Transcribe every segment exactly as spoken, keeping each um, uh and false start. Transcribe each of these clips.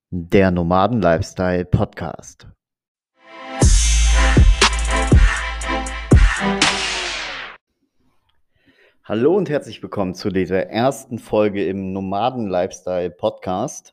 Der Nomaden-Lifestyle Podcast. Hallo und herzlich willkommen zu dieser ersten Folge im Nomaden-Lifestyle Podcast.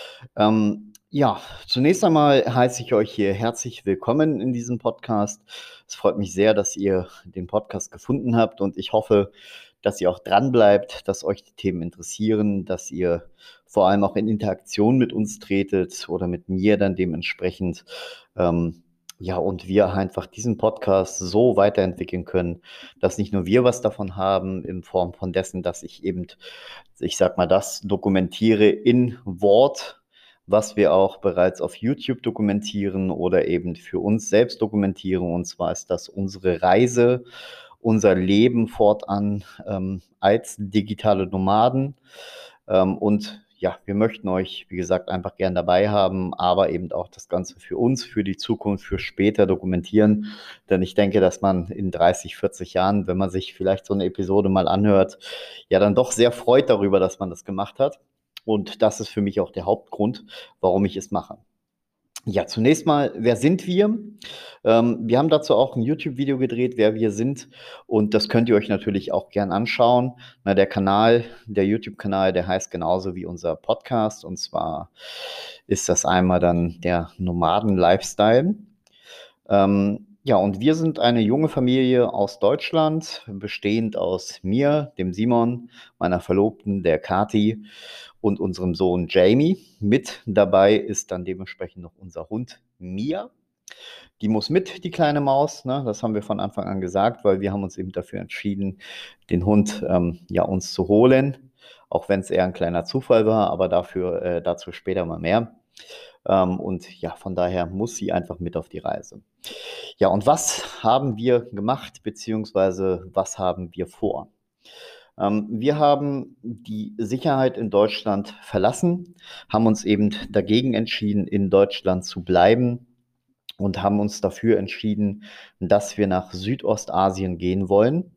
Ähm, ja, zunächst einmal heiße ich euch hier herzlich willkommen in diesem Podcast. Es freut mich sehr, dass ihr den Podcast gefunden habt und ich hoffe, dass ihr auch dran bleibt, dass euch die Themen interessieren, dass ihr vor allem auch in Interaktion mit uns tretet oder mit mir dann dementsprechend. Ähm, ja, und wir einfach diesen Podcast so weiterentwickeln können, dass nicht nur wir was davon haben, in Form von dessen, dass ich eben, ich sag mal, das dokumentiere in Wort, was wir auch bereits auf YouTube dokumentieren oder eben für uns selbst dokumentieren. Und zwar ist das unsere Reise, unser Leben fortan ähm, als digitale Nomaden. Ähm, und ja, wir möchten euch, wie gesagt, einfach gern dabei haben, aber eben auch das Ganze für uns, für die Zukunft, für später dokumentieren. Denn ich denke, dass man in dreißig, vierzig Jahren, wenn man sich vielleicht so eine Episode mal anhört, ja dann doch sehr freut darüber, dass man das gemacht hat. Und das ist für mich auch der Hauptgrund, warum ich es mache. Ja, zunächst mal, wer sind wir? Ähm, wir haben dazu auch ein YouTube-Video gedreht, wer wir sind. Und das könnt ihr euch natürlich auch gern anschauen. Na, der Kanal, der YouTube-Kanal, der heißt genauso wie unser Podcast. Und zwar ist das einmal dann der Nomaden-Lifestyle. Ähm, ja, und wir sind eine junge Familie aus Deutschland, bestehend aus mir, dem Simon, meiner Verlobten, der Kati und unserem Sohn Jamie. Mit dabei ist dann dementsprechend noch unser Hund Mia. Die muss mit, die kleine Maus, ne? Das haben wir von Anfang an gesagt, weil wir haben uns eben dafür entschieden, den Hund ähm, ja uns zu holen, auch wenn es eher ein kleiner Zufall war, aber dafür äh, dazu später mal mehr. Ähm, und ja, von daher muss sie einfach mit auf die Reise. Ja, und was haben wir gemacht, beziehungsweise was haben wir vor? Ähm, wir haben die Sicherheit in Deutschland verlassen, haben uns eben dagegen entschieden, in Deutschland zu bleiben und haben uns dafür entschieden, dass wir nach Südostasien gehen wollen.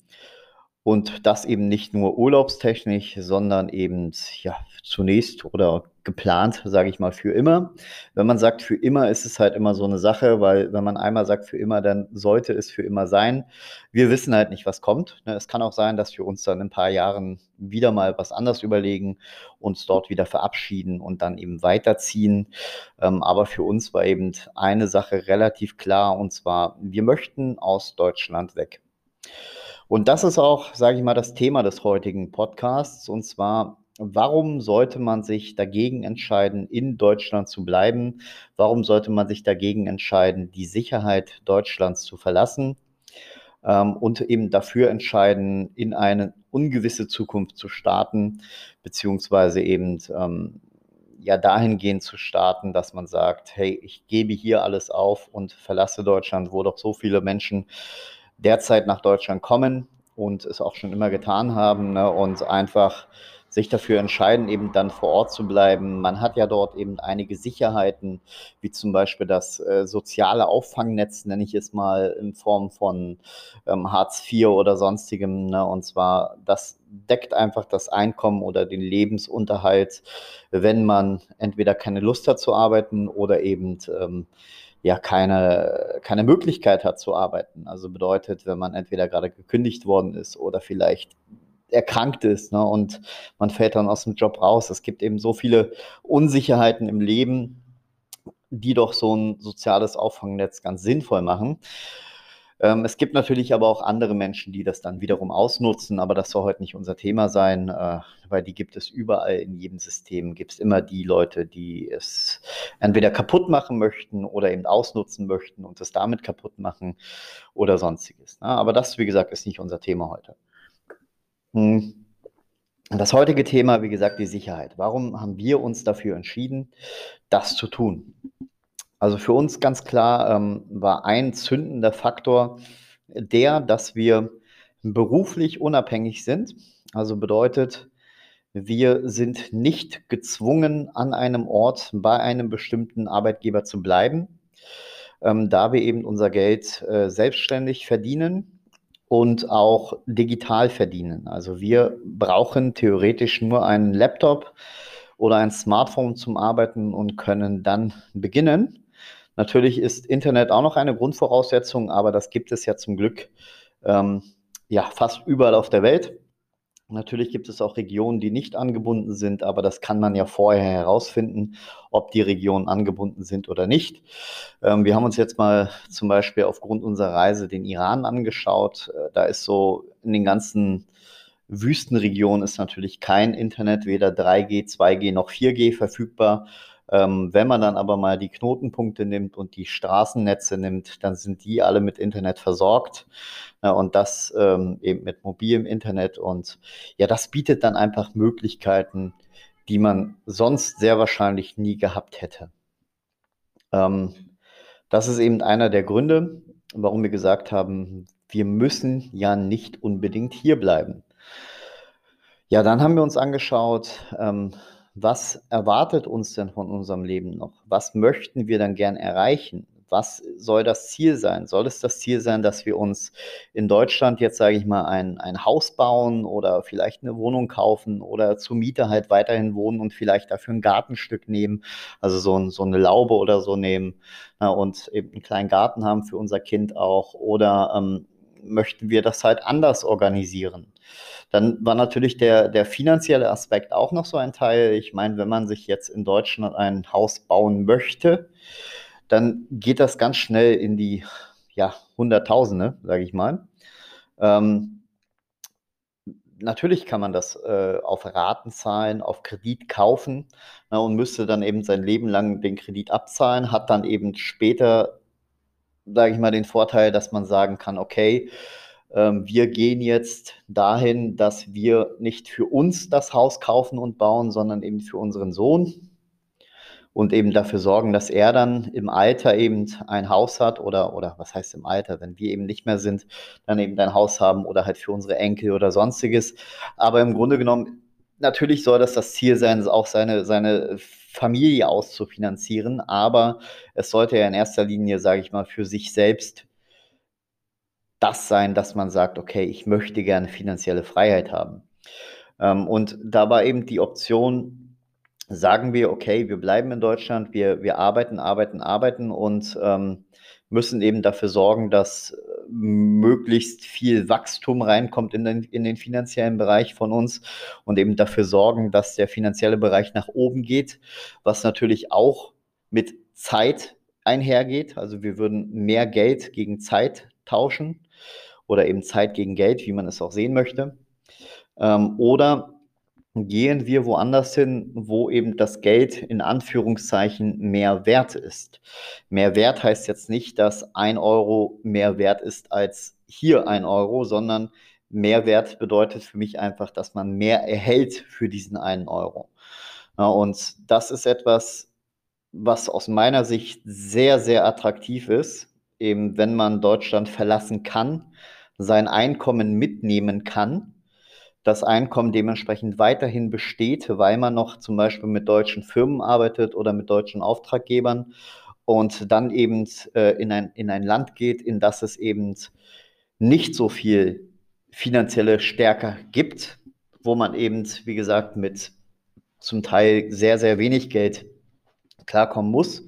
Und das eben nicht nur urlaubstechnisch, sondern eben ja zunächst oder geplant, sage ich mal, für immer. Wenn man sagt für immer, ist es halt immer so eine Sache, weil wenn man einmal sagt für immer, dann sollte es für immer sein. Wir wissen halt nicht, was kommt. Ne? Es kann auch sein, dass wir uns dann in ein paar Jahren wieder mal was anderes überlegen, uns dort wieder verabschieden und dann eben weiterziehen. Ähm, aber für uns war eben eine Sache relativ klar, und zwar, wir möchten aus Deutschland weg. Und das ist auch, sage ich mal, das Thema des heutigen Podcasts. Und zwar, warum sollte man sich dagegen entscheiden, in Deutschland zu bleiben? Warum sollte man sich dagegen entscheiden, die Sicherheit Deutschlands zu verlassen? Ähm, und eben dafür entscheiden, in eine ungewisse Zukunft zu starten, beziehungsweise eben ähm, ja dahingehend zu starten, dass man sagt, hey, ich gebe hier alles auf und verlasse Deutschland, wo doch so viele Menschen derzeit nach Deutschland kommen und es auch schon immer getan haben, ne, und einfach sich dafür entscheiden, eben dann vor Ort zu bleiben. Man hat ja dort eben einige Sicherheiten, wie zum Beispiel das äh, soziale Auffangnetz, nenne ich es mal, in Form von ähm, Hartz vier oder sonstigem. Ne? Und zwar, das deckt einfach das Einkommen oder den Lebensunterhalt, wenn man entweder keine Lust hat zu arbeiten oder eben ähm, ja keine, keine Möglichkeit hat zu arbeiten. Also bedeutet, wenn man entweder gerade gekündigt worden ist oder vielleicht erkrankt ist, ne, und man fällt dann aus dem Job raus. Es gibt eben so viele Unsicherheiten im Leben, die doch so ein soziales Auffangnetz ganz sinnvoll machen. Ähm, es gibt natürlich aber auch andere Menschen, die das dann wiederum ausnutzen, aber das soll heute nicht unser Thema sein, äh, weil die gibt es überall in jedem System. Gibt es immer die Leute, die es entweder kaputt machen möchten oder eben ausnutzen möchten und es damit kaputt machen oder sonstiges. Ne? Aber das, wie gesagt, ist nicht unser Thema heute. Hm. Das heutige Thema, wie gesagt, die Sicherheit. Warum haben wir uns dafür entschieden, das zu tun? Also für uns ganz klar ähm, war ein zündender Faktor der, dass wir beruflich unabhängig sind. Also bedeutet, wir sind nicht gezwungen, an einem Ort bei einem bestimmten Arbeitgeber zu bleiben, ähm, da wir eben unser Geld äh, selbstständig verdienen und auch digital verdienen. Also wir brauchen theoretisch nur einen Laptop oder ein Smartphone zum Arbeiten und können dann beginnen. Natürlich ist Internet auch noch eine Grundvoraussetzung, aber das gibt es ja zum Glück ähm, ja, fast überall auf der Welt. Natürlich gibt es auch Regionen, die nicht angebunden sind, aber das kann man ja vorher herausfinden, ob die Regionen angebunden sind oder nicht. Ähm, wir haben uns jetzt mal zum Beispiel aufgrund unserer Reise den Iran angeschaut. Äh, da ist so in den ganzen Wüstenregionen ist natürlich kein Internet, weder drei G, zwei G noch vier G verfügbar. Ähm, wenn man dann aber mal die Knotenpunkte nimmt und die Straßennetze nimmt, dann sind die alle mit Internet versorgt. Ja, und das ähm, eben mit mobilem Internet. Und ja, das bietet dann einfach Möglichkeiten, die man sonst sehr wahrscheinlich nie gehabt hätte. Ähm, das ist eben einer der Gründe, warum wir gesagt haben, wir müssen ja nicht unbedingt hier bleiben. Ja, dann haben wir uns angeschaut, ähm, was erwartet uns denn von unserem Leben noch? Was möchten wir dann gern erreichen? Was soll das Ziel sein? Soll es das Ziel sein, dass wir uns in Deutschland jetzt, sage ich mal, ein, ein Haus bauen oder vielleicht eine Wohnung kaufen oder zur Miete halt weiterhin wohnen und vielleicht dafür ein Gartenstück nehmen, also so, ein, so eine Laube oder so nehmen, na, und eben einen kleinen Garten haben für unser Kind auch? Oder ähm, möchten wir das halt anders organisieren? Dann war natürlich der, der finanzielle Aspekt auch noch so ein Teil. Ich meine, wenn man sich jetzt in Deutschland ein Haus bauen möchte, dann geht das ganz schnell in die ja, Hunderttausende, sage ich mal. Ähm, natürlich kann man das äh, auf Raten zahlen, auf Kredit kaufen, ne, und müsste dann eben sein Leben lang den Kredit abzahlen, hat dann eben später, sage ich mal, den Vorteil, dass man sagen kann, okay, ähm, wir gehen jetzt dahin, dass wir nicht für uns das Haus kaufen und bauen, sondern eben für unseren Sohn und eben dafür sorgen, dass er dann im Alter eben ein Haus hat oder, oder was heißt im Alter, wenn wir eben nicht mehr sind, dann eben ein Haus haben oder halt für unsere Enkel oder sonstiges. Aber im Grunde genommen, natürlich soll das das Ziel sein, auch seine, seine Familie auszufinanzieren, aber es sollte ja in erster Linie, sage ich mal, für sich selbst das sein, dass man sagt, okay, ich möchte gerne finanzielle Freiheit haben. Ähm, und da war eben die Option, sagen wir, okay, wir bleiben in Deutschland, wir, wir arbeiten, arbeiten, arbeiten und ähm, müssen eben dafür sorgen, dass möglichst viel Wachstum reinkommt in den, in den finanziellen Bereich von uns und eben dafür sorgen, dass der finanzielle Bereich nach oben geht, was natürlich auch mit Zeit einhergeht. Also wir würden mehr Geld gegen Zeit tauschen oder eben Zeit gegen Geld, wie man es auch sehen möchte. Ähm, oder gehen wir woanders hin, wo eben das Geld in Anführungszeichen mehr wert ist. Mehr wert heißt jetzt nicht, dass ein Euro mehr wert ist als hier ein Euro, sondern Mehrwert bedeutet für mich einfach, dass man mehr erhält für diesen einen Euro. Ja, und das ist etwas, was aus meiner Sicht sehr, sehr attraktiv ist, eben wenn man Deutschland verlassen kann, sein Einkommen mitnehmen kann, das Einkommen dementsprechend weiterhin besteht, weil man noch zum Beispiel mit deutschen Firmen arbeitet oder mit deutschen Auftraggebern und dann eben äh, in ein, in ein Land geht, in das es eben nicht so viel finanzielle Stärke gibt, wo man eben, wie gesagt, mit zum Teil sehr, sehr wenig Geld klarkommen muss.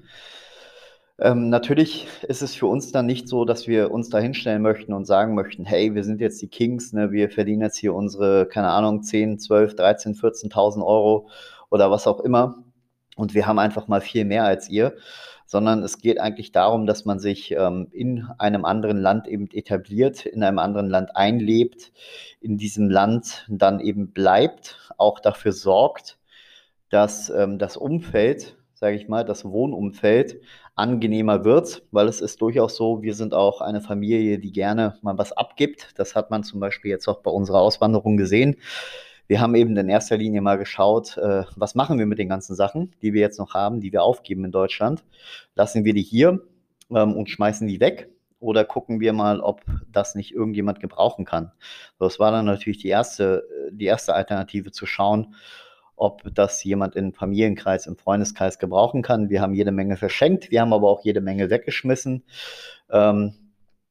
Ähm, natürlich ist es für uns dann nicht so, dass wir uns da hinstellen möchten und sagen möchten, hey, wir sind jetzt die Kings, ne, wir verdienen jetzt hier unsere, keine Ahnung, zehn, zwölf, dreizehn, vierzehntausend Euro oder was auch immer und wir haben einfach mal viel mehr als ihr, sondern es geht eigentlich darum, dass man sich ähm, in einem anderen Land eben etabliert, in einem anderen Land einlebt, in diesem Land dann eben bleibt, auch dafür sorgt, dass ähm, das Umfeld, sage ich mal, das Wohnumfeld angenehmer wird, weil es ist durchaus so, wir sind auch eine Familie, die gerne mal was abgibt. Das hat man zum Beispiel jetzt auch bei unserer Auswanderung gesehen. Wir haben eben in erster Linie mal geschaut, äh, was machen wir mit den ganzen Sachen, die wir jetzt noch haben, die wir aufgeben in Deutschland. Lassen wir die hier ähm, und schmeißen die weg? Oder gucken wir mal, ob das nicht irgendjemand gebrauchen kann? Das war dann natürlich die erste, die erste Alternative zu schauen, ob das jemand im Familienkreis, im Freundeskreis gebrauchen kann. Wir haben jede Menge verschenkt, wir haben aber auch jede Menge weggeschmissen. Ähm,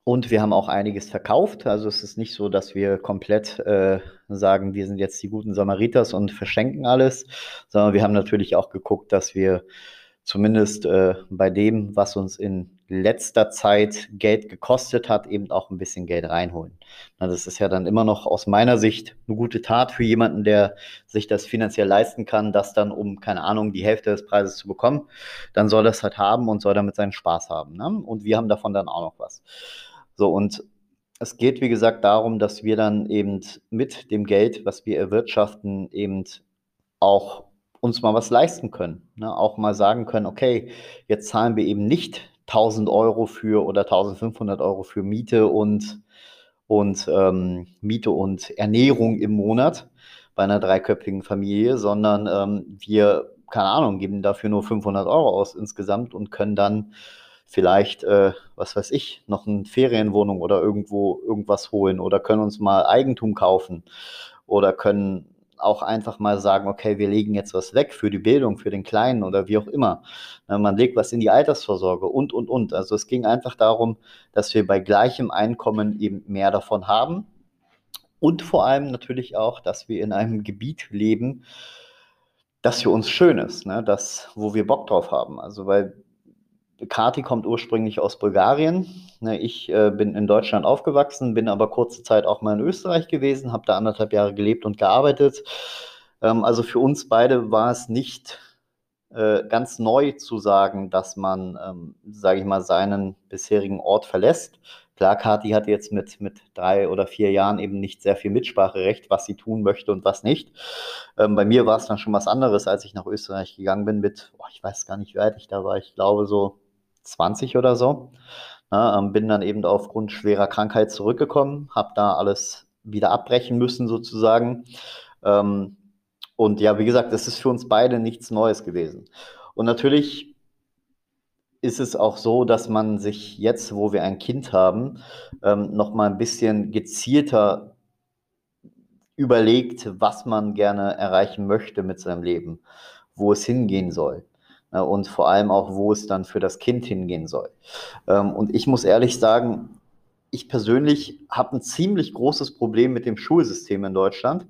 Und wir haben auch einiges verkauft. Also es ist nicht so, dass wir komplett äh, sagen, wir sind jetzt die guten Samariters und verschenken alles, sondern wir haben natürlich auch geguckt, dass wir zumindest äh, bei dem, was uns in letzter Zeit Geld gekostet hat, eben auch ein bisschen Geld reinholen. Na, das ist ja dann immer noch aus meiner Sicht eine gute Tat für jemanden, der sich das finanziell leisten kann, das dann um, keine Ahnung, die Hälfte des Preises zu bekommen. Dann soll das halt haben und soll damit seinen Spaß haben. Ne? Und wir haben davon dann auch noch was. So, und es geht, wie gesagt, darum, dass wir dann eben mit dem Geld, was wir erwirtschaften, eben auch uns mal was leisten können. Ne? Auch mal sagen können, okay, jetzt zahlen wir eben nicht tausend Euro für oder tausendfünfhundert Euro für Miete und, und ähm, Miete und Ernährung im Monat bei einer dreiköpfigen Familie, sondern ähm, wir, keine Ahnung, geben dafür nur fünfhundert Euro aus insgesamt und können dann vielleicht, äh, was weiß ich, noch eine Ferienwohnung oder irgendwo irgendwas holen oder können uns mal Eigentum kaufen oder können auch einfach mal sagen, okay, wir legen jetzt was weg für die Bildung, für den Kleinen oder wie auch immer. Na, man legt was in die Altersvorsorge und, und, und. Also es ging einfach darum, dass wir bei gleichem Einkommen eben mehr davon haben und vor allem natürlich auch, dass wir in einem Gebiet leben, das für uns schön ist, ne? Das, wo wir Bock drauf haben. Also weil Kati kommt ursprünglich aus Bulgarien. Ne, ich äh, bin in Deutschland aufgewachsen, bin aber kurze Zeit auch mal in Österreich gewesen, habe da anderthalb Jahre gelebt und gearbeitet. Ähm, also für uns beide war es nicht äh, ganz neu zu sagen, dass man, ähm, sage ich mal, seinen bisherigen Ort verlässt. Klar, Kathi hat jetzt mit, mit drei oder vier Jahren eben nicht sehr viel Mitspracherecht, was sie tun möchte und was nicht. Ähm, bei mir war es dann schon was anderes, als ich nach Österreich gegangen bin mit, oh, ich weiß gar nicht, wie alt ich da war, ich glaube so zwanzig oder so. Ja, ähm, bin dann eben aufgrund schwerer Krankheit zurückgekommen, habe da alles wieder abbrechen müssen sozusagen. Ähm, und ja, wie gesagt, das ist für uns beide nichts Neues gewesen. Und natürlich ist es auch so, dass man sich jetzt, wo wir ein Kind haben, ähm, noch mal ein bisschen gezielter überlegt, was man gerne erreichen möchte mit seinem Leben, wo es hingehen soll. Ja, und vor allem auch, wo es dann für das Kind hingehen soll. Ähm, und ich muss ehrlich sagen, ich persönlich habe ein ziemlich großes Problem mit dem Schulsystem in Deutschland.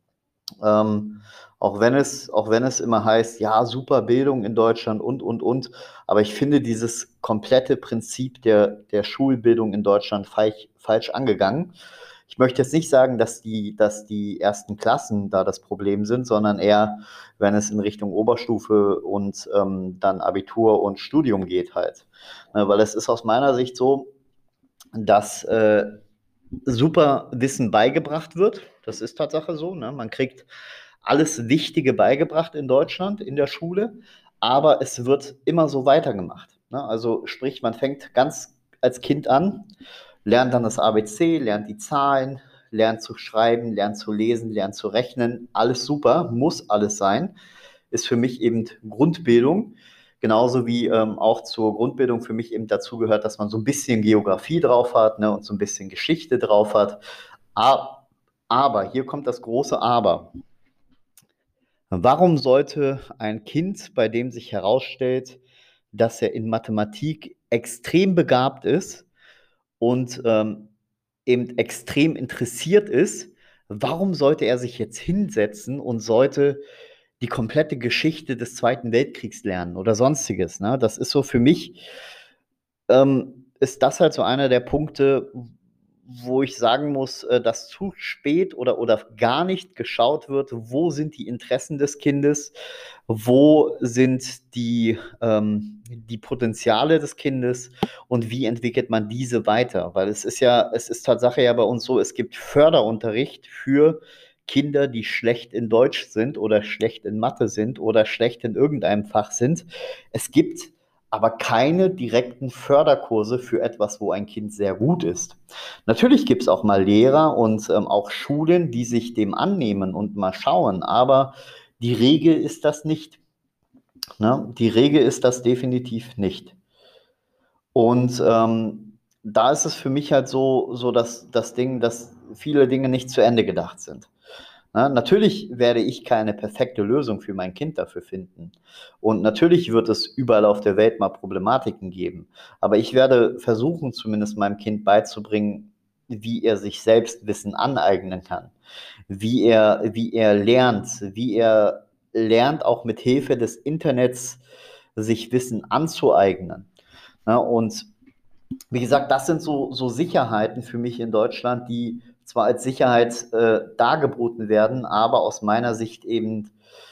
Ähm, auch wenn es, auch wenn es immer heißt, ja, super Bildung in Deutschland und, und, und. Aber ich finde dieses komplette Prinzip der, der Schulbildung in Deutschland falsch, falsch angegangen. Ich möchte jetzt nicht sagen, dass die, dass die ersten Klassen da das Problem sind, sondern eher, wenn es in Richtung Oberstufe und ähm, dann Abitur und Studium geht halt. Ne, weil es ist aus meiner Sicht so, dass äh, super Wissen beigebracht wird. Das ist Tatsache so. Ne? Man kriegt alles Wichtige beigebracht in Deutschland in der Schule, aber es wird immer so weitergemacht. Ne? Also sprich, man fängt ganz als Kind an, lernt dann das A B C, lernt die Zahlen, lernt zu schreiben, lernt zu lesen, lernt zu rechnen. Alles super, muss alles sein. Ist für mich eben Grundbildung. Genauso wie ähm, auch zur Grundbildung für mich eben dazu gehört, dass man so ein bisschen Geografie drauf hat, ne, und so ein bisschen Geschichte drauf hat. A- Aber, hier kommt das große Aber. Warum sollte ein Kind, bei dem sich herausstellt, dass er in Mathematik extrem begabt ist und ähm, eben extrem interessiert ist, warum sollte er sich jetzt hinsetzen und sollte die komplette Geschichte des Zweiten Weltkriegs lernen oder sonstiges? Ne? Das ist so für mich, ähm, ist das halt so einer der Punkte, wo ich sagen muss, äh, dass zu spät oder, oder gar nicht geschaut wird, wo sind die Interessen des Kindes, wo sind die, ähm, die Potenziale des Kindes und wie entwickelt man diese weiter? Weil es ist ja, es ist Tatsache ja bei uns so, es gibt Förderunterricht für Kinder, die schlecht in Deutsch sind oder schlecht in Mathe sind oder schlecht in irgendeinem Fach sind. Es gibt aber keine direkten Förderkurse für etwas, wo ein Kind sehr gut ist. Natürlich gibt es auch mal Lehrer und ähm, auch Schulen, die sich dem annehmen und mal schauen, aber die Regel ist das nicht. Ne? Die Regel ist das definitiv nicht. Und ähm, da ist es für mich halt so, so dass das Ding, dass viele Dinge nicht zu Ende gedacht sind. Ne? Natürlich werde ich keine perfekte Lösung für mein Kind dafür finden. Und natürlich wird es überall auf der Welt mal Problematiken geben. Aber ich werde versuchen, zumindest meinem Kind beizubringen, wie er sich selbst Wissen aneignen kann, wie er, wie er lernt, wie er lernt, auch mit Hilfe des Internets sich Wissen anzueignen. Ne? Und wie gesagt, das sind so, so Sicherheiten für mich in Deutschland, die zwar als Sicherheit äh, dargeboten werden, aber aus meiner Sicht eben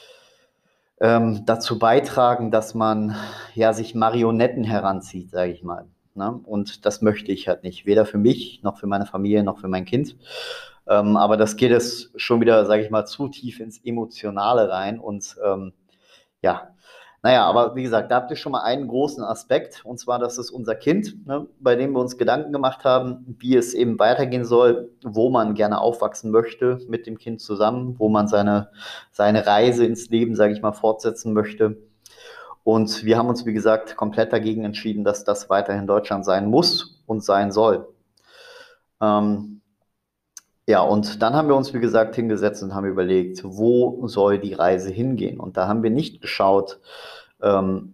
ähm, dazu beitragen, dass man ja sich Marionetten heranzieht, sage ich mal. Ne? Und das möchte ich halt nicht, weder für mich noch für meine Familie noch für mein Kind. Ähm, aber das geht es schon wieder, sage ich mal, zu tief ins Emotionale rein und ähm, ja, naja, aber wie gesagt, da habt ihr schon mal einen großen Aspekt, und zwar, das ist unser Kind, ne, bei dem wir uns Gedanken gemacht haben, wie es eben weitergehen soll, wo man gerne aufwachsen möchte mit dem Kind zusammen, wo man seine, seine Reise ins Leben, sage ich mal, fortsetzen möchte. Und wir haben uns, wie gesagt, komplett dagegen entschieden, dass das weiterhin Deutschland sein muss und sein soll. Ähm, ja, und dann haben wir uns, wie gesagt, hingesetzt und haben überlegt, wo soll die Reise hingehen? Und da haben wir nicht geschaut, ähm,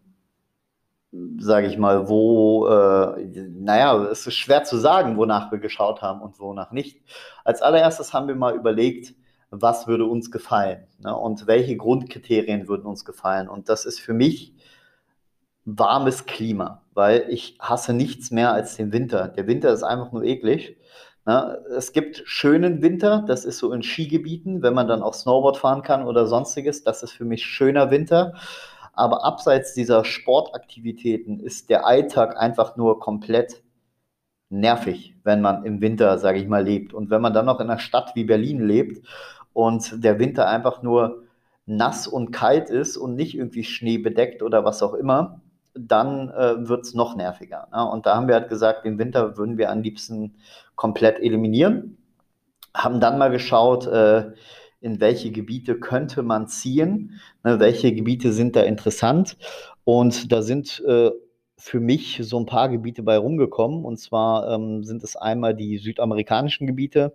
sage ich mal, wo, äh, naja, es ist schwer zu sagen, wonach wir geschaut haben und wonach nicht. Als allererstes haben wir mal überlegt, was würde uns gefallen, ne? Und welche Grundkriterien würden uns gefallen. Und das ist für mich warmes Klima, weil ich hasse nichts mehr als den Winter. Der Winter ist einfach nur eklig. Ne? Es gibt schönen Winter, das ist so in Skigebieten, wenn man dann auch Snowboard fahren kann oder sonstiges. Das ist für mich schöner Winter. Aber abseits dieser Sportaktivitäten ist der Alltag einfach nur komplett nervig, wenn man im Winter, sage ich mal, lebt. Und wenn man dann noch in einer Stadt wie Berlin lebt und der Winter einfach nur nass und kalt ist und nicht irgendwie schneebedeckt oder was auch immer, dann äh, wird es noch nerviger. Ne? Und da haben wir halt gesagt, den Winter würden wir am liebsten komplett eliminieren. Haben dann mal geschaut, äh, in welche Gebiete könnte man ziehen, ne, welche Gebiete sind da interessant. Und da sind äh, für mich so ein paar Gebiete bei rumgekommen. Und zwar ähm, sind es einmal die südamerikanischen Gebiete,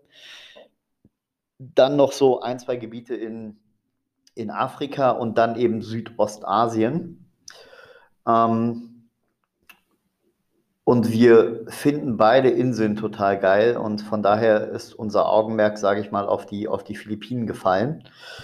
dann noch so ein, zwei Gebiete in, in Afrika und dann eben Südostasien. Ähm, Und wir finden beide Inseln total geil und von daher ist unser Augenmerk, sage ich mal, auf die, auf die Philippinen gefallen.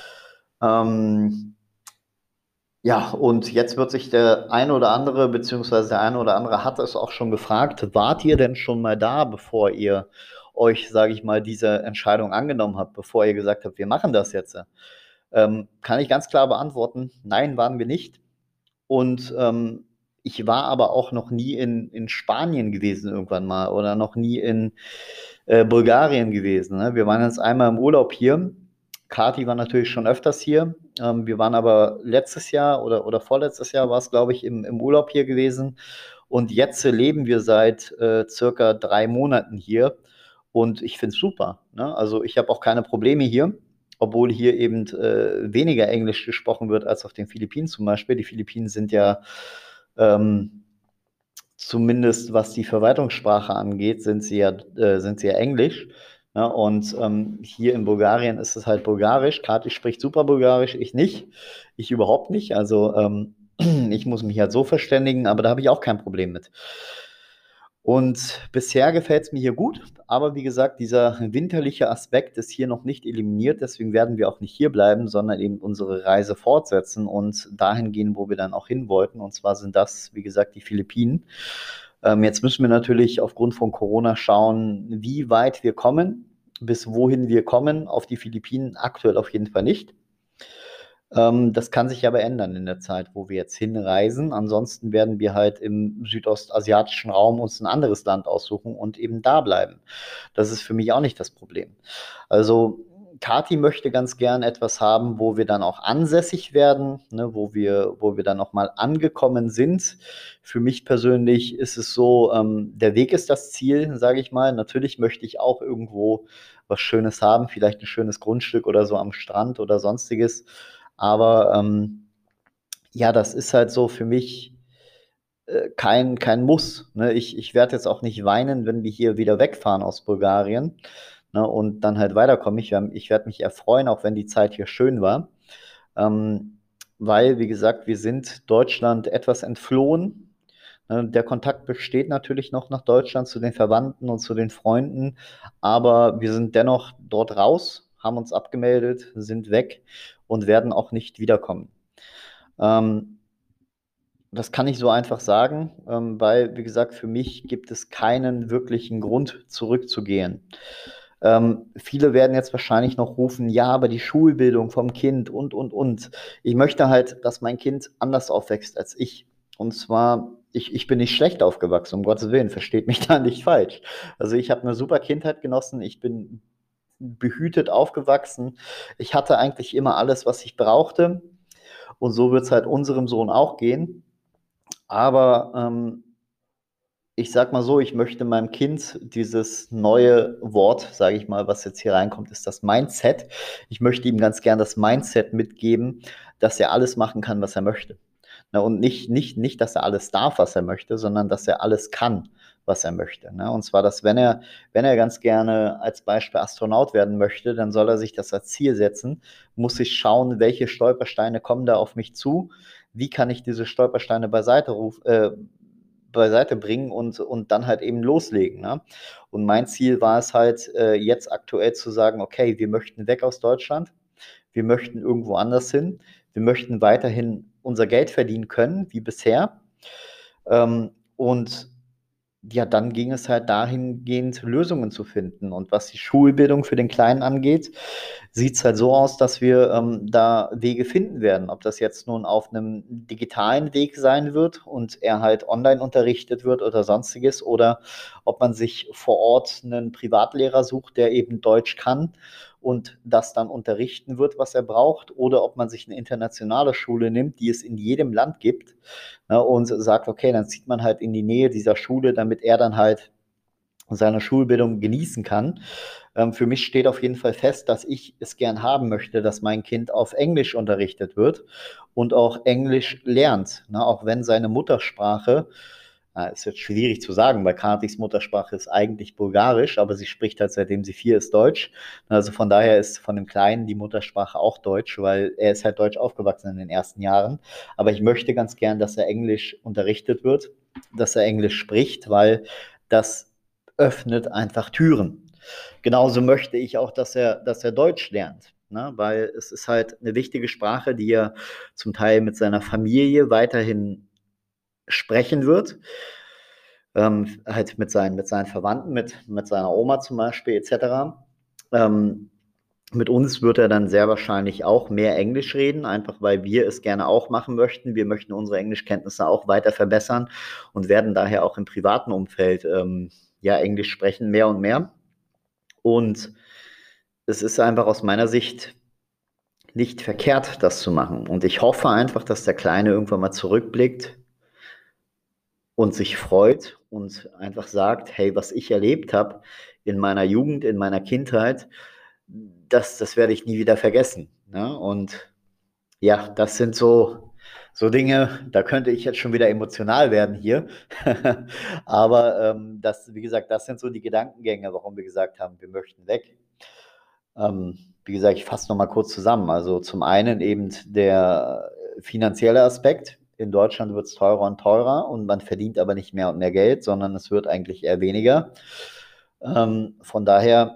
Ähm, ja, und jetzt wird sich der eine oder andere, beziehungsweise der eine oder andere hat es auch schon gefragt, wart ihr denn schon mal da, bevor ihr euch, sage ich mal, diese Entscheidung angenommen habt, bevor ihr gesagt habt, wir machen das jetzt? Ähm, kann ich ganz klar beantworten, nein, waren wir nicht. Und ähm, ich war aber auch noch nie in, in Spanien gewesen irgendwann mal oder noch nie in äh, Bulgarien gewesen. Ne? Wir waren jetzt einmal im Urlaub hier. Kati war natürlich schon öfters hier. Ähm, wir waren aber letztes Jahr oder, oder vorletztes Jahr war es, glaube ich, im, im Urlaub hier gewesen. Und jetzt leben wir seit äh, circa drei Monaten hier. Und ich finde es super. Ne? Also ich habe auch keine Probleme hier, obwohl hier eben äh, weniger Englisch gesprochen wird als auf den Philippinen zum Beispiel. Die Philippinen sind ja ähm, zumindest was die Verwaltungssprache angeht, sind sie ja, äh, sind sie ja Englisch. Ja, und ähm, hier in Bulgarien ist es halt Bulgarisch. Kati spricht super Bulgarisch, ich nicht. Ich überhaupt nicht. Also ähm, ich muss mich halt so verständigen, aber da habe ich auch kein Problem mit. Und bisher gefällt es mir hier gut, aber wie gesagt, dieser winterliche Aspekt ist hier noch nicht eliminiert, deswegen werden wir auch nicht hier bleiben, sondern eben unsere Reise fortsetzen und dahin gehen, wo wir dann auch hin wollten. Und zwar sind das, wie gesagt, die Philippinen. Ähm, jetzt müssen wir natürlich aufgrund von Corona schauen, wie weit wir kommen, bis wohin wir kommen. Auf die Philippinen aktuell auf jeden Fall nicht. Ähm, das kann sich aber ändern in der Zeit, wo wir jetzt hinreisen. Ansonsten werden wir halt im südostasiatischen Raum uns ein anderes Land aussuchen und eben da bleiben. Das ist für mich auch nicht das Problem. Also Kati möchte ganz gern etwas haben, wo wir dann auch ansässig werden, ne, wo wir, wo wir dann noch mal angekommen sind. Für mich persönlich ist es so, ähm, der Weg ist das Ziel, sage ich mal. Natürlich möchte ich auch irgendwo was Schönes haben, vielleicht ein schönes Grundstück oder so am Strand oder sonstiges. Aber ähm, ja, das ist halt so für mich äh, kein, kein Muss. Ne? Ich, ich werde jetzt auch nicht weinen, wenn wir hier wieder wegfahren aus Bulgarien. ne, und dann halt weiterkomme. Ich, werd- ich werde mich erfreuen, auch wenn die Zeit hier schön war. Ähm, Weil, wie gesagt, wir sind Deutschland etwas entflohen. Ne, der Kontakt besteht natürlich noch nach Deutschland zu den Verwandten und zu den Freunden, aber wir sind dennoch dort raus, haben uns abgemeldet, sind weg und werden auch nicht wiederkommen. Ähm, Das kann ich so einfach sagen, ähm, weil, wie gesagt, für mich gibt es keinen wirklichen Grund, zurückzugehen. Ähm, viele werden jetzt wahrscheinlich noch rufen, ja, aber die Schulbildung vom Kind und, und, und. Ich möchte halt, dass mein Kind anders aufwächst als ich. Und zwar, ich, ich bin nicht schlecht aufgewachsen, um Gottes Willen, versteht mich da nicht falsch. Also ich habe eine super Kindheit genossen, ich bin behütet aufgewachsen. Ich hatte eigentlich immer alles, was ich brauchte. Und so wird es halt unserem Sohn auch gehen. Aber ähm, ich sag mal so, ich möchte meinem Kind dieses neue Wort, sage ich mal, was jetzt hier reinkommt, ist das Mindset. Ich möchte ihm ganz gern das Mindset mitgeben, dass er alles machen kann, was er möchte. Na, und nicht, nicht, nicht, dass er alles darf, was er möchte, sondern dass er alles kann, was er möchte. Ne? Und zwar, dass wenn er, wenn er ganz gerne als Beispiel Astronaut werden möchte, dann soll er sich das als Ziel setzen, muss sich schauen, welche Stolpersteine kommen da auf mich zu, wie kann ich diese Stolpersteine beiseite rufen, äh, beiseite bringen und, und dann halt eben loslegen. Ne? Und mein Ziel war es halt, äh, jetzt aktuell zu sagen, okay, wir möchten weg aus Deutschland, wir möchten irgendwo anders hin, wir möchten weiterhin unser Geld verdienen können, wie bisher. Ähm, und ja, dann ging es halt dahingehend, Lösungen zu finden. Und was die Schulbildung für den Kleinen angeht, sieht es halt so aus, dass wir ähm, da Wege finden werden. Ob das jetzt nun auf einem digitalen Weg sein wird und er halt online unterrichtet wird oder sonstiges, oder ob man sich vor Ort einen Privatlehrer sucht, der eben Deutsch kann und das dann unterrichten wird, was er braucht, oder ob man sich eine internationale Schule nimmt, die es in jedem Land gibt, ne, und sagt, okay, dann zieht man halt in die Nähe dieser Schule, damit er dann halt seine Schulbildung genießen kann. Ähm, für mich steht auf jeden Fall fest, dass ich es gern haben möchte, dass mein Kind auf Englisch unterrichtet wird und auch Englisch lernt, ne, auch wenn seine Muttersprache, na, ist jetzt schwierig zu sagen, weil Katis Muttersprache ist eigentlich Bulgarisch, aber sie spricht halt seitdem sie vier ist Deutsch. Also von daher ist von dem Kleinen die Muttersprache auch Deutsch, weil er ist halt Deutsch aufgewachsen in den ersten Jahren. Aber ich möchte ganz gern, dass er Englisch unterrichtet wird, dass er Englisch spricht, weil das öffnet einfach Türen. Genauso möchte ich auch, dass er, dass er Deutsch lernt, ne? Weil es ist halt eine wichtige Sprache, die er zum Teil mit seiner Familie weiterhin sprechen wird. Ähm, halt mit seinen, mit seinen Verwandten, mit, mit seiner Oma zum Beispiel, et cetera. Ähm, mit uns wird er dann sehr wahrscheinlich auch mehr Englisch reden, einfach weil wir es gerne auch machen möchten. Wir möchten unsere Englischkenntnisse auch weiter verbessern und werden daher auch im privaten Umfeld ähm, ja Englisch sprechen, mehr und mehr. Und es ist einfach aus meiner Sicht nicht verkehrt, das zu machen. Und ich hoffe einfach, dass der Kleine irgendwann mal zurückblickt und sich freut und einfach sagt, hey, was ich erlebt habe in meiner Jugend, in meiner Kindheit, das, das werde ich nie wieder vergessen. Ne? Und ja, das sind so, so Dinge, da könnte ich jetzt schon wieder emotional werden hier. Aber ähm, das, wie gesagt, das sind so die Gedankengänge, warum wir gesagt haben, wir möchten weg. Ähm, Wie gesagt, ich fasse noch mal kurz zusammen. Also zum einen eben der finanzielle Aspekt. In Deutschland wird es teurer und teurer und man verdient aber nicht mehr und mehr Geld, sondern es wird eigentlich eher weniger. Ähm, von daher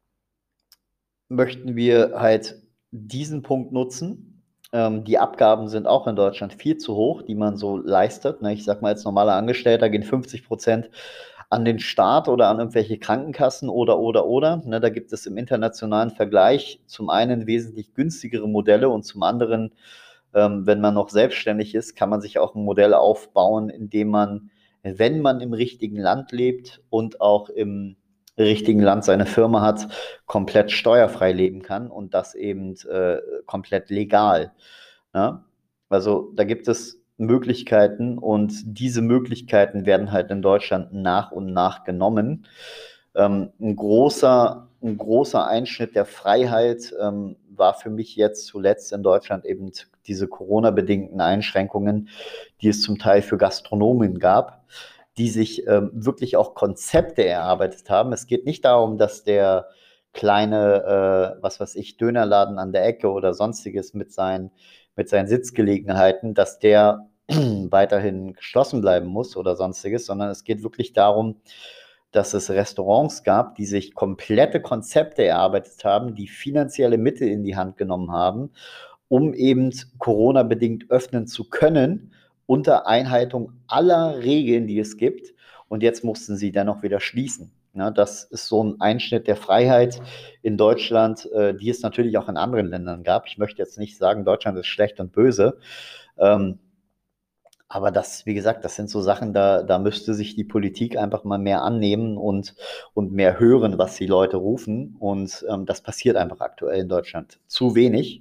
möchten wir halt diesen Punkt nutzen. Ähm, die Abgaben sind auch in Deutschland viel zu hoch, die man so leistet. Ne? Ich sage mal, als normaler Angestellter gehen fünfzig Prozent an den Staat oder an irgendwelche Krankenkassen oder, oder, oder. Ne? Da gibt es im internationalen Vergleich zum einen wesentlich günstigere Modelle und zum anderen, ähm, wenn man noch selbstständig ist, kann man sich auch ein Modell aufbauen, in dem man, wenn man im richtigen Land lebt und auch im richtigen Land seine Firma hat, komplett steuerfrei leben kann und das eben äh, komplett legal. Ja? Also da gibt es Möglichkeiten und diese Möglichkeiten werden halt in Deutschland nach und nach genommen. Ähm, ein großer, ein großer Einschnitt der Freiheit ähm, war für mich jetzt zuletzt in Deutschland eben diese Corona-bedingten Einschränkungen, die es zum Teil für Gastronomen gab, die sich ähm, wirklich auch Konzepte erarbeitet haben. Es geht nicht darum, dass der kleine, äh, was weiß ich, Dönerladen an der Ecke oder sonstiges mit seinen, mit seinen Sitzgelegenheiten, dass der weiterhin geschlossen bleiben muss oder sonstiges, sondern es geht wirklich darum, dass es Restaurants gab, die sich komplette Konzepte erarbeitet haben, die finanzielle Mittel in die Hand genommen haben, um eben Corona-bedingt öffnen zu können, unter Einhaltung aller Regeln, die es gibt. Und jetzt mussten sie dennoch wieder schließen. Ja, das ist so ein Einschnitt der Freiheit in Deutschland, äh, die es natürlich auch in anderen Ländern gab. Ich möchte jetzt nicht sagen, Deutschland ist schlecht und böse. Ähm, aber das, wie gesagt, das sind so Sachen, da, da müsste sich die Politik einfach mal mehr annehmen und, und mehr hören, was die Leute rufen. Und ähm, das passiert einfach aktuell in Deutschland zu wenig.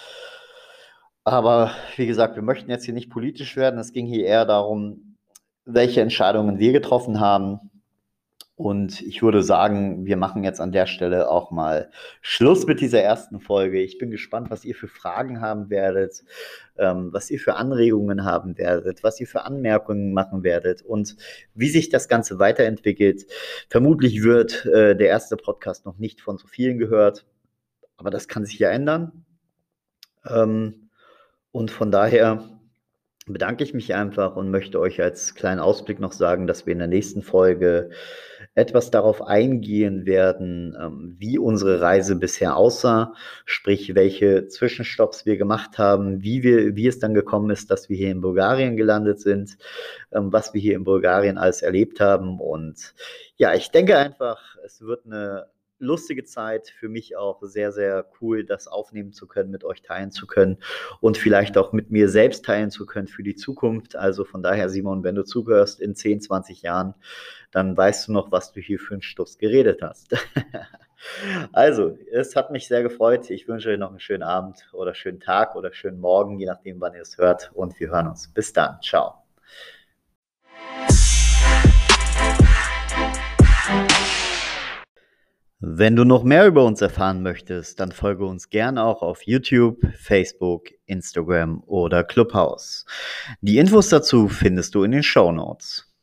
Aber wie gesagt, wir möchten jetzt hier nicht politisch werden. Es ging hier eher darum, welche Entscheidungen wir getroffen haben. Und ich würde sagen, wir machen jetzt an der Stelle auch mal Schluss mit dieser ersten Folge. Ich bin gespannt, was ihr für Fragen haben werdet, ähm, was ihr für Anregungen haben werdet, was ihr für Anmerkungen machen werdet und wie sich das Ganze weiterentwickelt. Vermutlich wird äh, der erste Podcast noch nicht von so vielen gehört, aber das kann sich ja ändern. Ähm, und von daher bedanke ich mich einfach und möchte euch als kleinen Ausblick noch sagen, dass wir in der nächsten Folge etwas darauf eingehen werden, ähm, wie unsere Reise bisher aussah, sprich welche Zwischenstopps wir gemacht haben, wie wir, wie es dann gekommen ist, dass wir hier in Bulgarien gelandet sind, ähm, was wir hier in Bulgarien alles erlebt haben. Und ja, ich denke einfach, es wird eine lustige Zeit, für mich auch sehr, sehr cool, das aufnehmen zu können, mit euch teilen zu können und vielleicht auch mit mir selbst teilen zu können für die Zukunft. Also von daher, Simon, wenn du zuhörst in zehn, zwanzig Jahren, dann weißt du noch, was du hier für einen Stuss geredet hast. Also, es hat mich sehr gefreut. Ich wünsche euch noch einen schönen Abend oder schönen Tag oder schönen Morgen, je nachdem, wann ihr es hört. Und wir hören uns. Bis dann. Ciao. Wenn du noch mehr über uns erfahren möchtest, dann folge uns gern auch auf YouTube, Facebook, Instagram oder Clubhouse. Die Infos dazu findest du in den Shownotes.